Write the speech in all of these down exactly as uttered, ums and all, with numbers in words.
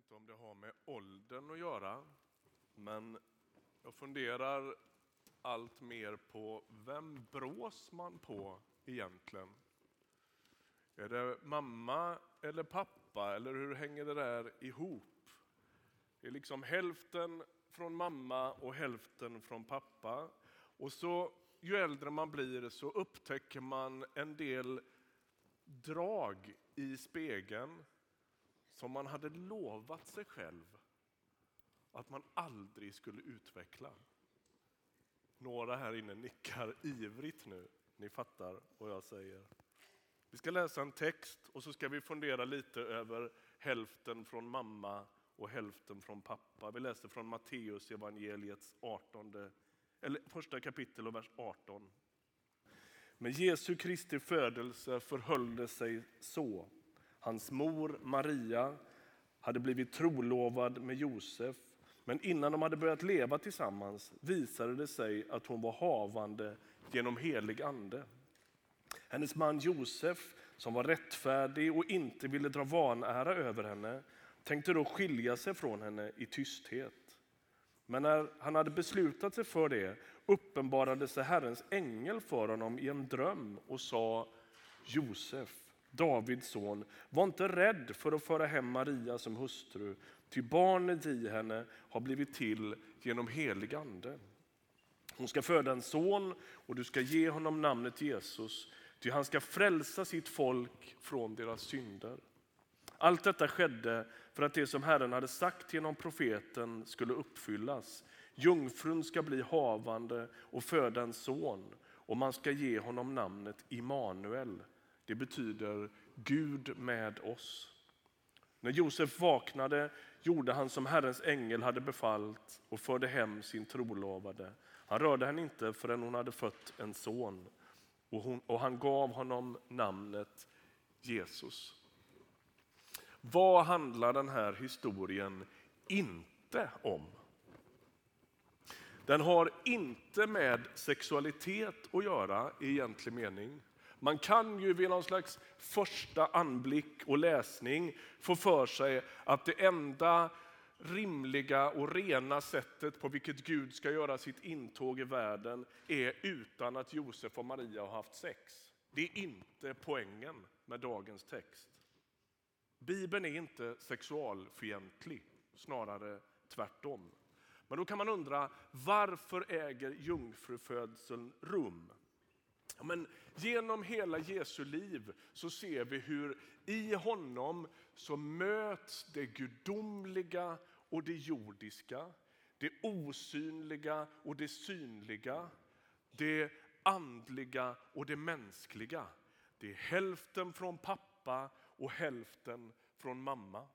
inte om det har med åldern att göra, men jag funderar allt mer på vem brås man på egentligen. Är det mamma eller pappa, eller hur hänger det där ihop? Det är liksom hälften från mamma och hälften från pappa. Och så ju äldre man blir så upptäcker man en del drag i spegeln som man hade lovat sig själv att man aldrig skulle utveckla. Några här inne nickar ivrigt nu. Ni fattar vad jag säger. Vi ska läsa en text och så ska vi fundera lite över hälften från mamma och hälften från pappa. Vi läser från Matteus evangeliets artonde, eller första kapitel och vers arton. Med Jesu Kristi födelse förhöll det sig så. Hans mor Maria hade blivit trolovad med Josef, men innan de hade börjat leva tillsammans visade det sig att hon var havande genom helig ande. Hennes man Josef, som var rättfärdig och inte ville dra vanära över henne, tänkte då skilja sig från henne i tysthet. Men när han hade beslutat sig för det uppenbarade sig Herrens ängel för honom i en dröm och sa: Josef, Davids son, var inte rädd för att föra hem Maria som hustru, ty barnet i henne har blivit till genom helig ande. Hon ska föda en son och du ska ge honom namnet Jesus, ty han ska frälsa sitt folk från deras synder. Allt detta skedde för att det som Herren hade sagt genom profeten skulle uppfyllas. Jungfrun ska bli havande och föda en son, och man ska ge honom namnet Immanuel. Det betyder Gud med oss. När Josef vaknade gjorde han som Herrens ängel hade befallt och förde hem sin trolovade. Han rörde henne inte förrän hon hade fött en son, och, hon, och han gav honom namnet Jesus. Vad handlar den här historien inte om? Den har inte med sexualitet att göra i egentlig mening. Man kan ju vid någon slags första anblick och läsning få för sig att det enda rimliga och rena sättet på vilket Gud ska göra sitt intåg i världen är utan att Josef och Maria har haft sex. Det är inte poängen med dagens text. Bibeln är inte sexualfientlig, snarare tvärtom. Men då kan man undra, varför äger jungfrufödseln rum? Ja, men genom hela Jesu liv så ser vi hur i honom så möts det gudomliga och det jordiska, det osynliga och det synliga, det andliga och det mänskliga. Det är hälften från pappa och hälften från mamma.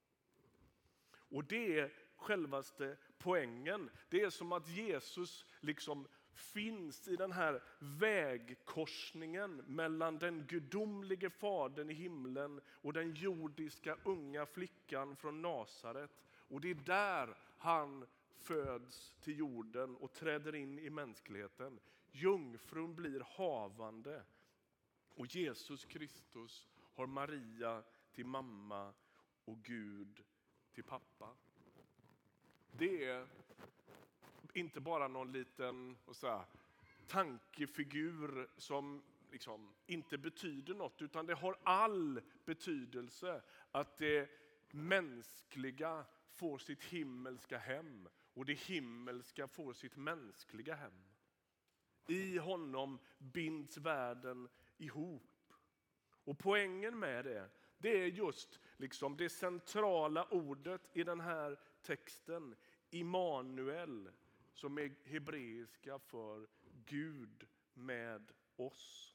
Och det är självaste poängen. Det är som att Jesus liksom finns i den här vägkorsningen mellan den gudomlige fadern i himlen och den jordiska unga flickan från Nasaret. Och det är där han föds till jorden och träder in i mänskligheten. Jungfrun blir havande och Jesus Kristus har Maria till mamma och Gud till pappa. Det är inte bara någon liten och så här, tankefigur som liksom inte betyder något, utan det har all betydelse att det mänskliga får sitt himmelska hem och det himmelska får sitt mänskliga hem. I honom binds världen ihop. Och poängen med det, det är just liksom det centrala ordet i den här texten, Immanuel, som är hebreiska för Gud med oss.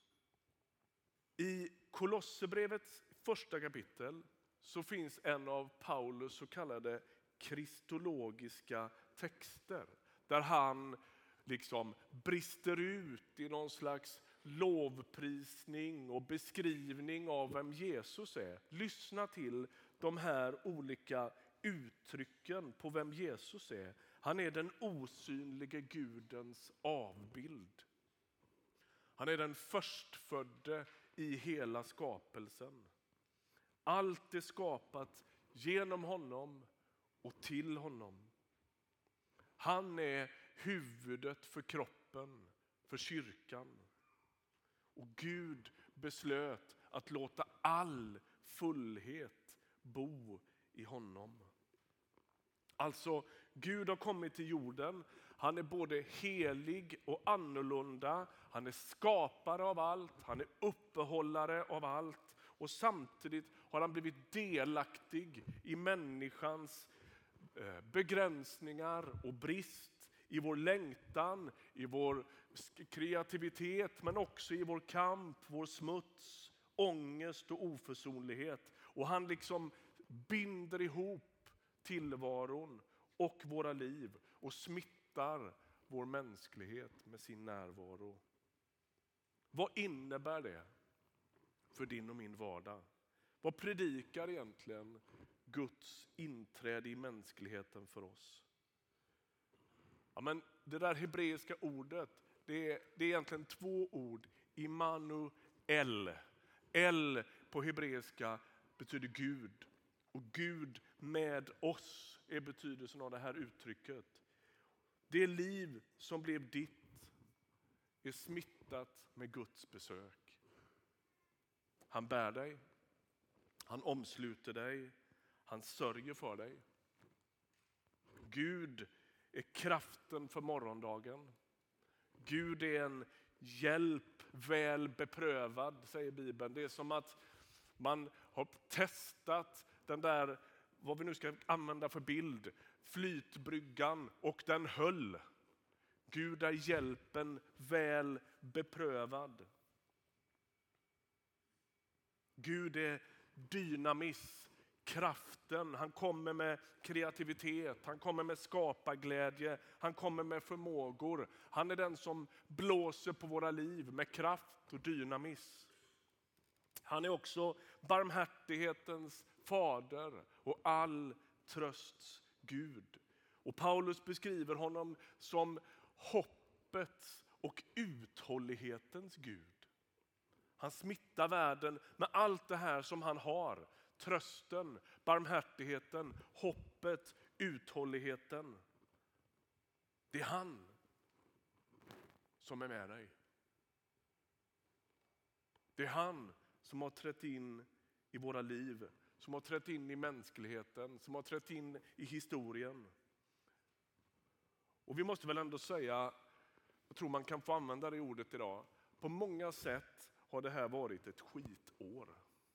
I Kolosserbrevets första kapitel så finns en av Paulus så kallade kristologiska texter, där han liksom brister ut i någon slags lovprisning och beskrivning av vem Jesus är. Lyssna till de här olika uttrycken på vem Jesus är. Han är den osynlige Gudens avbild. Han är den förstfödde i hela skapelsen. Allt är skapat genom honom och till honom. Han är huvudet för kroppen, för kyrkan. Och Gud beslöt att låta all fullhet bo i honom. Alltså, Gud har kommit till jorden. Han är både helig och annorlunda. Han är skapare av allt. Han är uppehållare av allt. Och samtidigt har han blivit delaktig i människans begränsningar och brist, i vår längtan, i vår kreativitet, men också i vår kamp, vår smuts, ångest och oförsonlighet. Och han liksom binder ihop tillvaron och våra liv och smittar vår mänsklighet med sin närvaro. Vad innebär det för din och min vardag? Vad predikar egentligen Guds inträde i mänskligheten för oss? Ja, men det där hebreiska ordet, det är, det är egentligen två ord. Immanuel. El på hebreiska betyder Gud. Och Gud med oss är betydelsen av det här uttrycket. Det liv som blev ditt är smittat med Guds besök. Han bär dig. Han omsluter dig. Han sörjer för dig. Gud är kraften för morgondagen. Gud är en hjälp väl beprövad, säger Bibeln. Det är som att man har testat den där, vad vi nu ska använda för bild, flytbryggan, och den höll. Gud är hjälpen väl beprövad. Gud är dynamis, kraften. Han kommer med kreativitet, han kommer med skaparglädje, han kommer med förmågor. Han är den som blåser på våra liv med kraft och dynamis. Han är också barmhärtighetens fader och all trösts Gud. Och Paulus beskriver honom som hoppets och uthållighetens Gud. Han smittar världen med allt det här som han har. Trösten, barmhärtigheten, hoppet, uthålligheten. Det är han som är med dig. Det är han som har trätt in i våra liv, som har trätt in i mänskligheten, som har trätt in i historien. Och vi måste väl ändå säga, jag tror man kan få använda det ordet idag, på många sätt har det här varit ett skitår.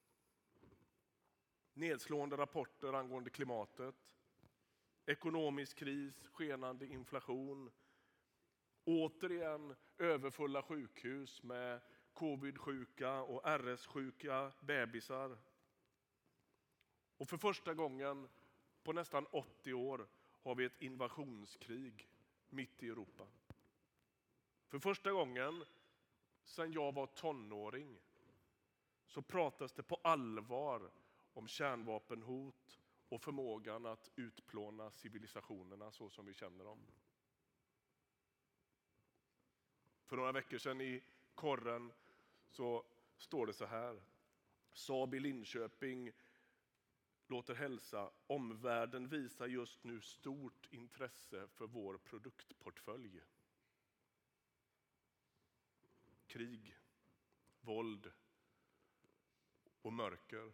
Nedslående rapporter angående klimatet, ekonomisk kris, skenande inflation, återigen överfulla sjukhus med covid-sjuka och R S-sjuka bebisar. Och för första gången på nästan åttio år har vi ett invasionskrig mitt i Europa. För första gången sedan jag var tonåring så pratas det på allvar om kärnvapenhot och förmågan att utplåna civilisationerna så som vi känner dem. För några veckor sedan i korren så står det så här. Saab i Linköping låter hälsa. Omvärlden visar just nu stort intresse för vår produktportfölj. Krig, våld och mörker.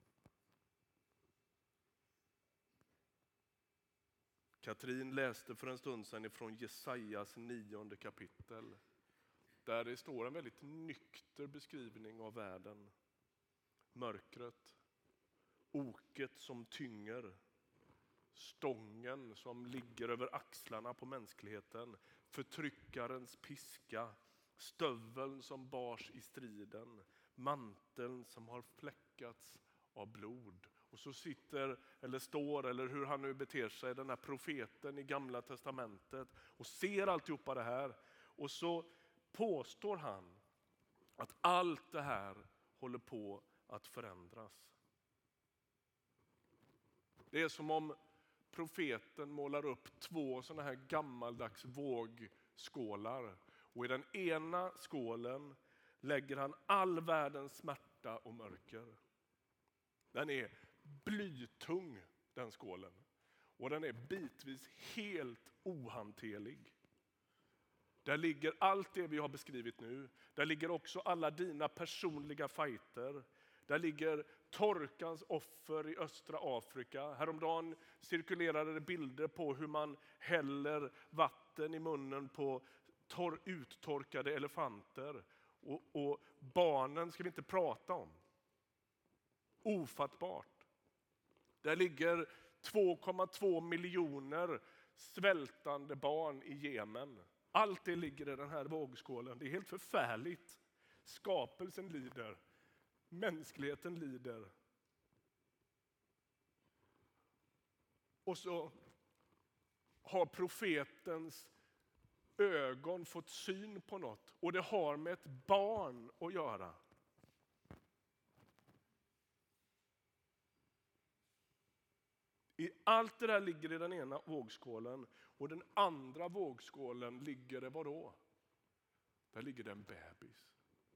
Katrin läste för en stund sedan ifrån Jesajas nionde kapitel. Där det står en väldigt nykter beskrivning av världen. Mörkret, oket som tynger, stången som ligger över axlarna på mänskligheten, förtryckarens piska, stöveln som bars i striden, manteln som har fläckats av blod. Och så sitter, eller står, eller hur han nu beter sig, den här profeten i Gamla testamentet och ser alltihopa det här. Och så påstår han att allt det här håller på att förändras. Det är som om profeten målar upp två sådana här gammaldags vågskålar. Och i den ena skålen lägger han all världens smärta och mörker. Den är blytung, den skålen. Och den är bitvis helt ohanterlig. Där ligger allt det vi har beskrivit nu. Där ligger också alla dina personliga fighter. Där ligger torkans offer i östra Afrika. Häromdagen cirkulerade det bilder på hur man häller vatten i munnen på tor- uttorkade elefanter. Och, och barnen ska vi inte prata om. Ofattbart. Där ligger två komma två miljoner svältande barn i Jemen. Allt det ligger i den här vågskålen. Det är helt förfärligt. Skapelsen lider. Mänskligheten lider. Och så har profetens ögon fått syn på något. Och det har med ett barn att göra. I allt det där ligger i den ena vågskålen. Och den andra vågskålen ligger det vadå? Där ligger det en bebis.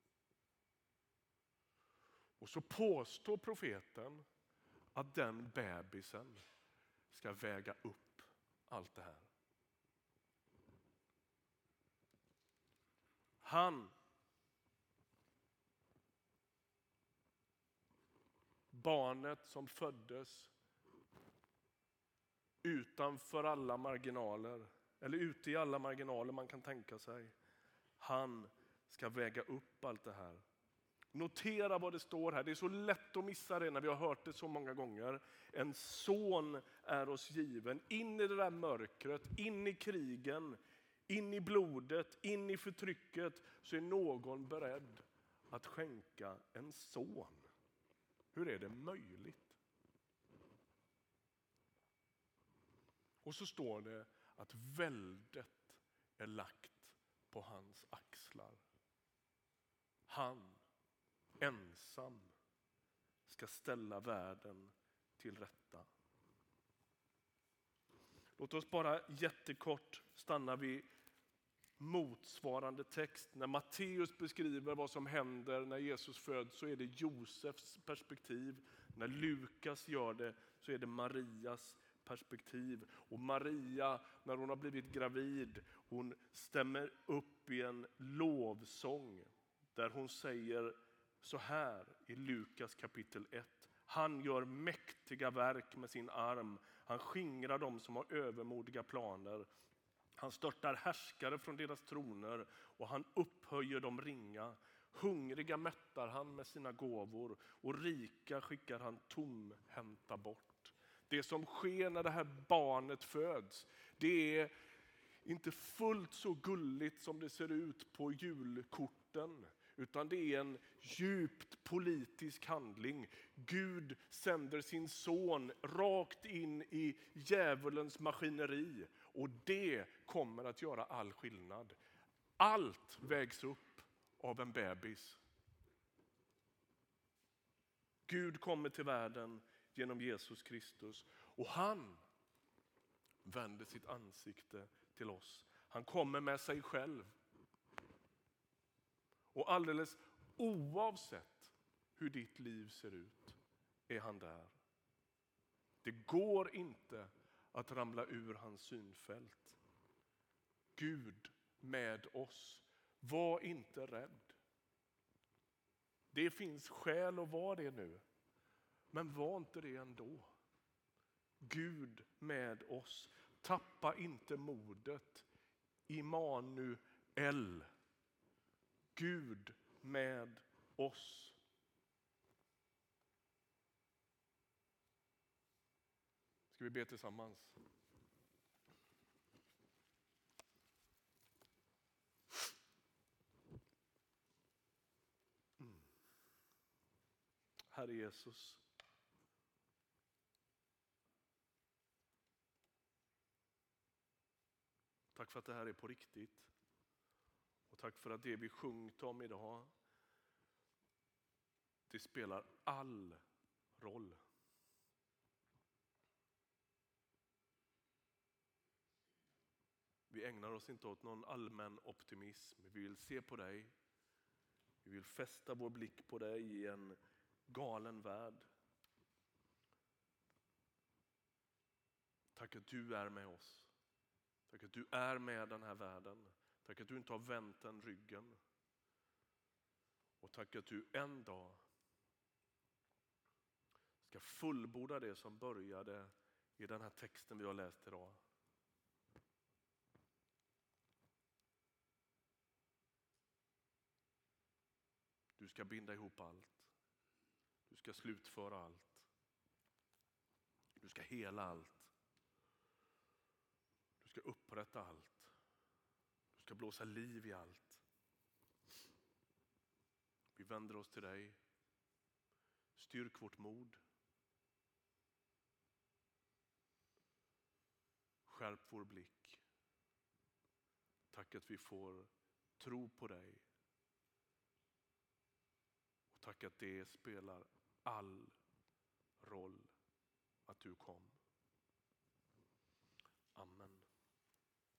Och så påstår profeten att den bebisen ska väga upp allt det här. Han, barnet som föddes utanför alla marginaler, eller ute i alla marginaler man kan tänka sig, han ska väga upp allt det här. Notera vad det står här. Det är så lätt att missa det när vi har hört det så många gånger. En son är oss given. In i det där mörkret, in i krigen, in i blodet, in i förtrycket, så är någon beredd att skänka en son. Hur är det möjligt? Och så står det att väldet är lagt på hans axlar. Han ensam ska ställa världen till rätta. Låt oss bara jättekort stanna vid motsvarande text. När Matteus beskriver vad som händer när Jesus föds så är det Josefs perspektiv. När Lukas gör det så är det Marias perspektiv. Och Maria, när hon har blivit gravid, hon stämmer upp i en lovsång där hon säger så här i Lukas kapitel ett. Han gör mäktiga verk med sin arm. Han skingrar dem som har övermodiga planer. Han störtar härskare från deras troner och han upphöjer de ringa. Hungriga mättar han med sina gåvor och rika skickar han tomhänta bort. Det som sker när det här barnet föds, det är inte fullt så gulligt som det ser ut på julkorten. Utan det är en djupt politisk handling. Gud sänder sin son rakt in i djävulens maskineri. Och det kommer att göra all skillnad. Allt vägs upp av en bebis. Gud kommer till världen genom Jesus Kristus. Och han vänder sitt ansikte till oss. Han kommer med sig själv. Och alldeles oavsett hur ditt liv ser ut är han där. Det går inte att ramla ur hans synfält. Gud med oss. Var inte rädd. Det finns skäl att vara det nu. Men var inte det ändå. Gud med oss. Tappa inte modet. Immanuel. Gud med oss. Ska vi be tillsammans? Mm. Herre Jesus. Tack för att det här är på riktigt. Och tack för att det vi sjungit om idag, det spelar all roll. Vi ägnar oss inte åt någon allmän optimism. Vi vill se på dig. Vi vill fästa vår blick på dig i en galen värld. Tack att du är med oss. Tack att du är med den här världen. Tack att du inte har vänt den ryggen. Och tack att du en dag ska fullborda det som började i den här texten vi har läst idag. Du ska binda ihop allt. Du ska slutföra allt. Du ska hela allt. Du ska upprätta allt. Du ska blåsa liv i allt. Vi vänder oss till dig. Styrk vårt mod. Skärp vår blick. Tack att vi får tro på dig. Och tack att det spelar all roll att du kom.